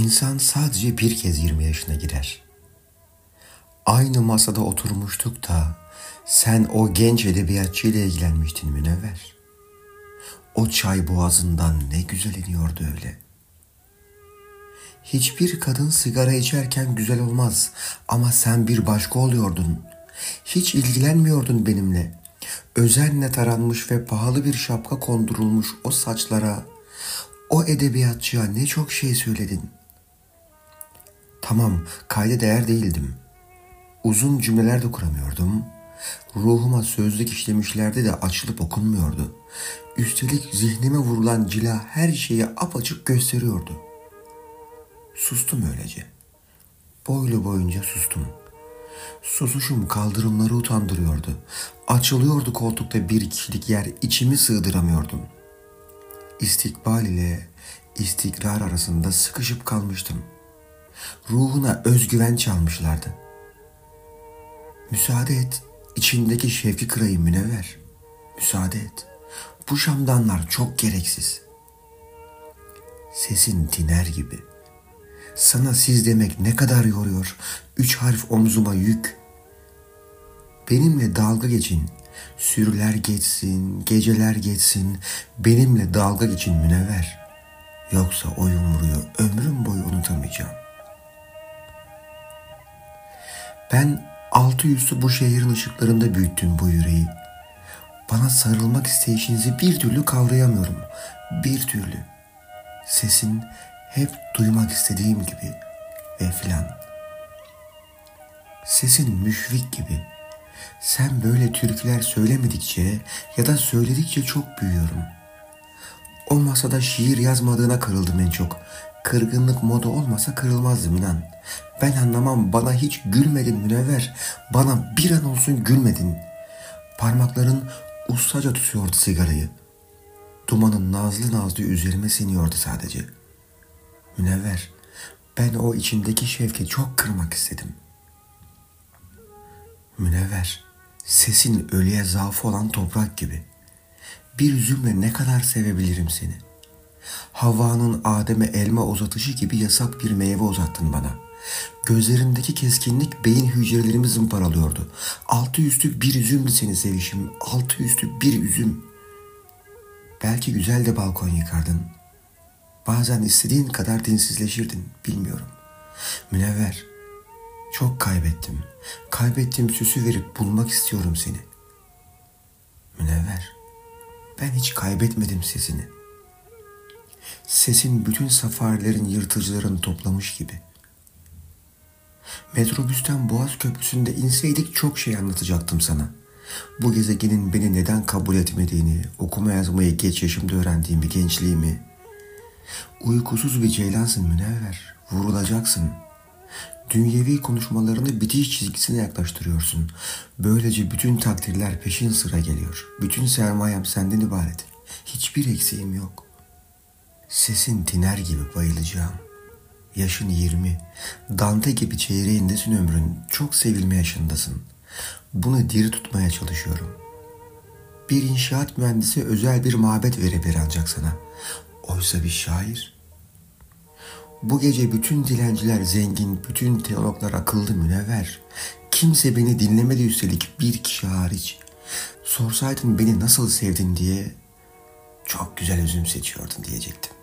İnsan sadece bir kez 20 yaşına girer. Aynı masada oturmuştuk da sen o genç edebiyatçıyla ilgilenmiştin Münevver. O çay boğazından ne güzel iniyordu öyle. Hiçbir kadın sigara içerken güzel olmaz ama sen bir başka oluyordun. Hiç ilgilenmiyordun benimle. Özenle taranmış ve pahalı bir şapka kondurulmuş o saçlara, o edebiyatçıya ne çok şey söyledin. Tamam, kayda değer değildim. Uzun cümleler de kuramıyordum. Ruhuma sözlük işlemişlerdi de açılıp okunmuyordu. Üstelik zihnime vurulan cila her şeyi apaçık gösteriyordu. Sustum öylece. Boylu boyunca sustum. Susuşum kaldırımları utandırıyordu. Açılıyordu koltukta bir kişilik yer, içimi sığdıramıyordum. İstikbal ile istikrar arasında sıkışıp kalmıştım. Ruhuna özgüven çalmışlardı. Müsaade et, içindeki şevki kırayım Münevver. Müsaade et. Bu şamdanlar çok gereksiz. Sesin tiner gibi. Sana siz demek ne kadar yoruyor. 3 harf omzuma yük. Benimle dalga geçin. Sürüler geçsin, geceler geçsin. Benimle dalga geçin Münevver. Yoksa o yumruyu ömrüm boyu unutamayacağım. Ben altı üstü bu şehrin ışıklarında büyüttüm bu yüreği. Bana sarılmak isteyişinizi bir türlü kavrayamıyorum. Bir türlü. Sesin hep duymak istediğim gibi ve filan. Sesin müşfik gibi. Sen böyle türküler söylemedikçe ya da söyledikçe çok büyüyorum. O masada şiir yazmadığına kırıldım en çok. Kırgınlık moda olmasa kırılmazdım inan. Ben anlamam, bana hiç gülmedin Münevver. Bana bir an olsun gülmedin. Parmakların ustaca tutuyordu sigarayı. Dumanın nazlı nazlı üzerime siniyordu sadece. Münevver, ben o içimdeki şevki çok kırmak istedim. Münevver, sesin ölüye zaafı olan toprak gibi. Bir üzümle ne kadar sevebilirim seni. Havva'nın Adem'e elma uzatışı gibi yasak bir meyve uzattın bana. Gözlerindeki keskinlik beyin hücrelerimi zımparalıyordu. Altı üstü bir üzümdü seni sevişim, altı üstü bir üzüm. Belki güzel de balkon yıkardın. Bazen istediğin kadar dinsizleşirdin, bilmiyorum. Münevver, çok kaybettim. Kaybettiğim süsü verip bulmak istiyorum seni. Münevver, ben hiç kaybetmedim sesini. Sesin bütün safarilerin yırtıcılarını toplamış gibi. Metrobüsten Boğaz Köprüsü'nde inseydik çok şey anlatacaktım sana. Bu gezegenin beni neden kabul etmediğini, okuma yazmayı geç yaşımda öğrendiğimi, gençliğimi. Uykusuz bir ceylansın Münevver, vurulacaksın. Dünyevi konuşmalarını bitiş çizgisine yaklaştırıyorsun. Böylece bütün takdirler peşin sıra geliyor. Bütün sermayem senden ibaret. Hiçbir eksiğim yok. Sesin tiner gibi bayılacağım. Yaşın 20. Dante gibi çeyreğindesin ömrün. Çok sevilme yaşındasın. Bunu diri tutmaya çalışıyorum. Bir inşaat mühendisi özel bir mabet verebilir ancak sana. Oysa bir şair. Bu gece bütün dilenciler zengin, bütün teologlar akıllı Münevver. Kimse beni dinlemedi üstelik bir kişi hariç. Sorsaydın beni nasıl sevdin diye çok güzel üzüm seçiyordun diyecektim.